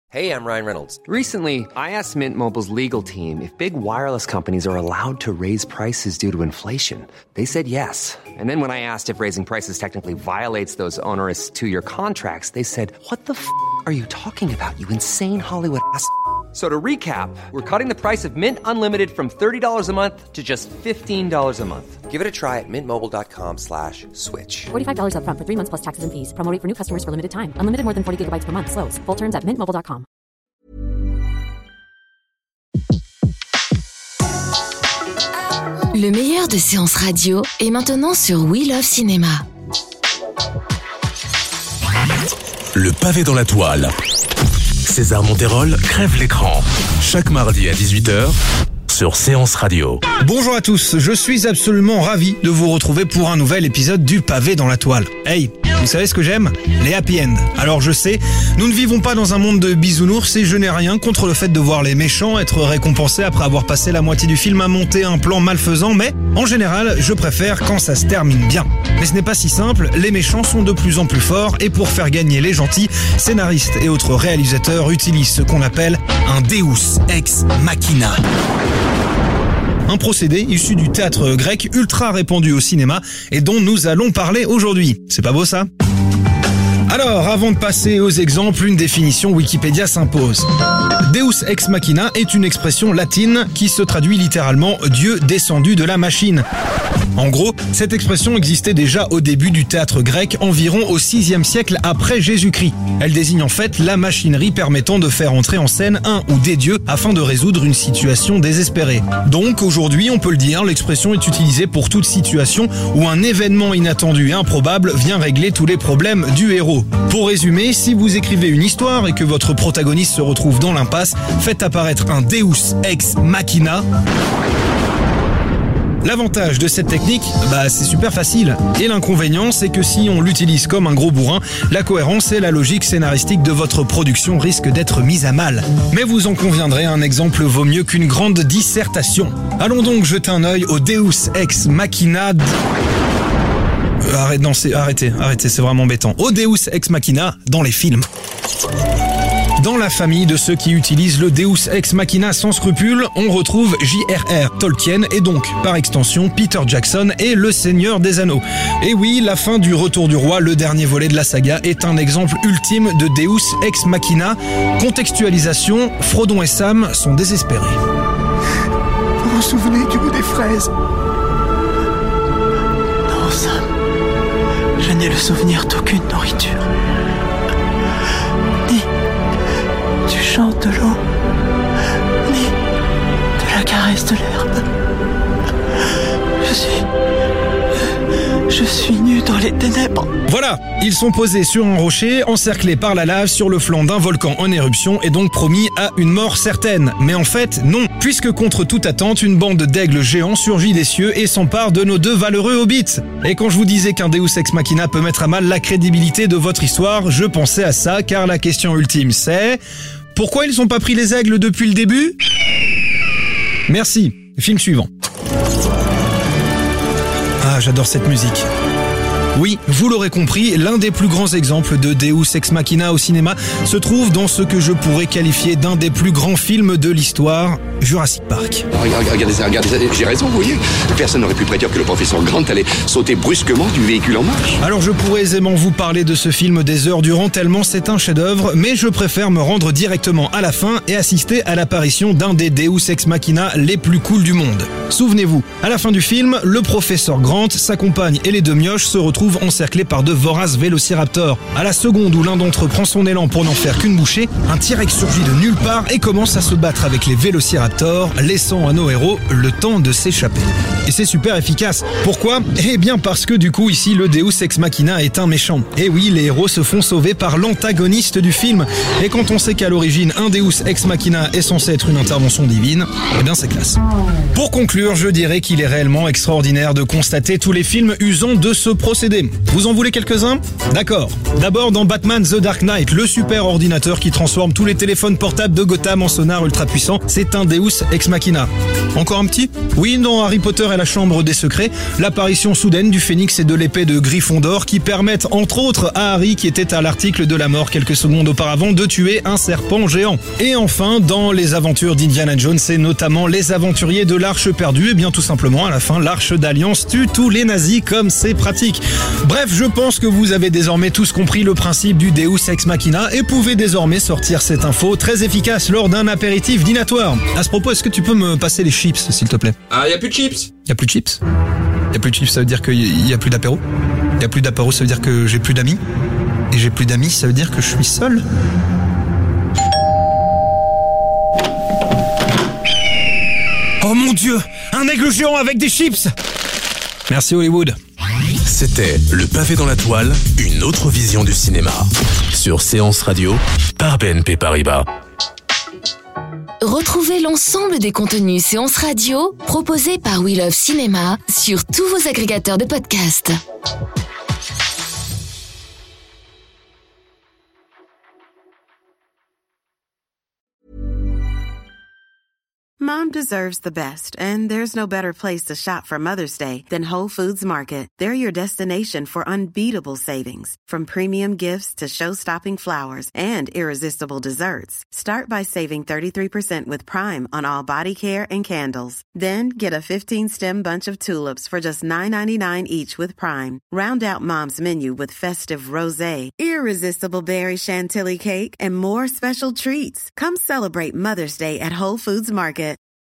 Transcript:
Hey, I'm Ryan Reynolds. Recently, I asked Mint Mobile's legal team if big wireless companies are allowed to raise prices due to inflation. They said yes. And then when I asked if raising prices technically violates those onerous two-year contracts, they said, "What the f*** are you talking about, you insane Hollywood ass?" So to recap, we're cutting the price of Mint Unlimited from $30 a month to just $15 a month. Give it a try at mintmobile.com/switch. $45 up front for 3 months plus taxes and fees. Promo rate for new customers for limited time. Unlimited more than 40 gigabytes per month. Slows full terms at mintmobile.com. Le meilleur de séances radio est maintenant sur We Love Cinéma. Le pavé dans la toile. César Monterol crève l'écran. Chaque mardi à 18h sur Séance Radio. Bonjour à tous, je suis absolument ravi de vous retrouver pour un nouvel épisode du pavé dans la toile. Hey, vous savez ce que j'aime ? Les happy end. Alors je sais, nous ne vivons pas dans un monde de bisounours et je n'ai rien contre le fait de voir les méchants être récompensés après avoir passé la moitié du film à monter un plan malfaisant, mais en général, je préfère quand ça se termine bien. Mais ce n'est pas si simple, les méchants sont de plus en plus forts et pour faire gagner les gentils, scénaristes et autres réalisateurs utilisent ce qu'on appelle un Deus Ex Machina. Un procédé issu du théâtre grec ultra répandu au cinéma et dont nous allons parler aujourd'hui. C'est pas beau ça ? Alors, avant de passer aux exemples, une définition Wikipédia s'impose. Deus ex machina est une expression latine qui se traduit littéralement « Dieu descendu de la machine ». En gros, cette expression existait déjà au début du théâtre grec, environ au 6e siècle après Jésus-Christ. Elle désigne en fait la machinerie permettant de faire entrer en scène un ou des dieux afin de résoudre une situation désespérée. Donc aujourd'hui, on peut le dire, l'expression est utilisée pour toute situation où un événement inattendu et improbable vient régler tous les problèmes du héros. Pour résumer, si vous écrivez une histoire et que votre protagoniste se retrouve dans l'impasse, faites apparaître un Deus ex machina. L'avantage de cette technique, c'est super facile. Et l'inconvénient, c'est que si on l'utilise comme un gros bourrin, la cohérence et la logique scénaristique de votre production risquent d'être mises à mal. Mais vous en conviendrez, un exemple vaut mieux qu'une grande dissertation. Allons donc jeter un œil au Deus ex machina. Arrêtez, c'est vraiment embêtant. Au Deus ex machina dans les films. Dans la famille de ceux qui utilisent le Deus ex machina sans scrupule, on retrouve J.R.R. Tolkien et donc, par extension, Peter Jackson et le Seigneur des Anneaux. Et oui, la fin du Retour du Roi, le dernier volet de la saga, est un exemple ultime de Deus ex machina. Contextualisation, Frodon et Sam sont désespérés. Vous vous souvenez du goût des fraises ? Non, Sam. Je n'ai le souvenir d'aucune nourriture. Ni du chant de l'eau, ni de la caresse de l'herbe. Je suis nu dans les ténèbres. Voilà, ils sont posés sur un rocher, encerclés par la lave sur le flanc d'un volcan en éruption et donc promis à une mort certaine. Mais en fait, non, puisque contre toute attente, une bande d'aigles géants surgit des cieux et s'empare de nos deux valeureux hobbits. Et quand je vous disais qu'un Deus ex machina peut mettre à mal la crédibilité de votre histoire, je pensais à ça, car la question ultime c'est... Pourquoi ils n'ont pas pris les aigles depuis le début ? Merci. Film suivant. Ah, j'adore cette musique. Oui, vous l'aurez compris, l'un des plus grands exemples de Deus ex machina au cinéma se trouve dans ce que je pourrais qualifier d'un des plus grands films de l'histoire, Jurassic Park. Regardez ça, j'ai raison, vous voyez. Personne n'aurait pu prédire que le professeur Grant allait sauter brusquement du véhicule en marche. Alors je pourrais aisément vous parler de ce film des heures durant tellement c'est un chef-d'œuvre, mais je préfère me rendre directement à la fin et assister à l'apparition d'un des Deus ex machina les plus cool du monde. Souvenez-vous, à la fin du film, le professeur Grant, sa compagne et les deux mioches se retrouvent encerclés par de voraces vélociraptors. À la seconde où l'un d'entre eux prend son élan pour n'en faire qu'une bouchée, un T-Rex surgit de nulle part et commence à se battre avec les vélociraptors, laissant à nos héros le temps de s'échapper. Et c'est super efficace. Pourquoi ? Eh bien parce que du coup ici le Deus ex machina est un méchant. Et oui, les héros se font sauver par l'antagoniste du film. Et quand on sait qu'à l'origine un Deus ex machina est censé être une intervention divine, eh bien c'est classe. Pour conclure, je dirais qu'il est réellement extraordinaire de constater tous les films usant de ce procédé. Vous en voulez quelques-uns ? D'accord. D'abord dans Batman The Dark Knight, le super ordinateur qui transforme tous les téléphones portables de Gotham en sonar ultra puissant, c'est un Deus Deus Ex Machina. Encore un petit ? Oui, dans Harry Potter et la Chambre des Secrets, l'apparition soudaine du phénix et de l'épée de Gryffondor qui permettent entre autres à Harry, qui était à l'article de la mort quelques secondes auparavant, de tuer un serpent géant. Et enfin, dans les aventures d'Indiana Jones et notamment les aventuriers de l'Arche perdue, et bien tout simplement à la fin, l'Arche d'Alliance tue tous les nazis comme c'est pratique. Bref, je pense que vous avez désormais tous compris le principe du Deus Ex Machina et pouvez désormais sortir cette info très efficace lors d'un apéritif dînatoire. À ce propos, est-ce que tu peux me passer les chips, s'il te plaît ? Ah, y a plus de chips ? Y a plus de chips ? Y a plus de chips, ça veut dire qu'il y a plus d'apéro ? Y a plus d'apéro, ça veut dire que j'ai plus d'amis ? Et j'ai plus d'amis, ça veut dire que je suis seul ? Oh mon Dieu, un aigle géant avec des chips! Merci Hollywood. C'était Le Pavé dans la Toile, une autre vision du cinéma. Sur Séance Radio, par BNP Paribas. Retrouvez l'ensemble des contenus Séance Radio proposés par We Love Cinéma sur tous vos agrégateurs de podcasts. Mom deserves the best, and there's no better place to shop for Mother's Day than Whole Foods Market. They're your destination for unbeatable savings, from premium gifts to show-stopping flowers and irresistible desserts. Start by saving 33% with Prime on all body care and candles. Then get a 15-stem bunch of tulips for just $9.99 each with Prime. Round out Mom's menu with festive rosé, irresistible berry chantilly cake, and more special treats. Come celebrate Mother's Day at Whole Foods Market.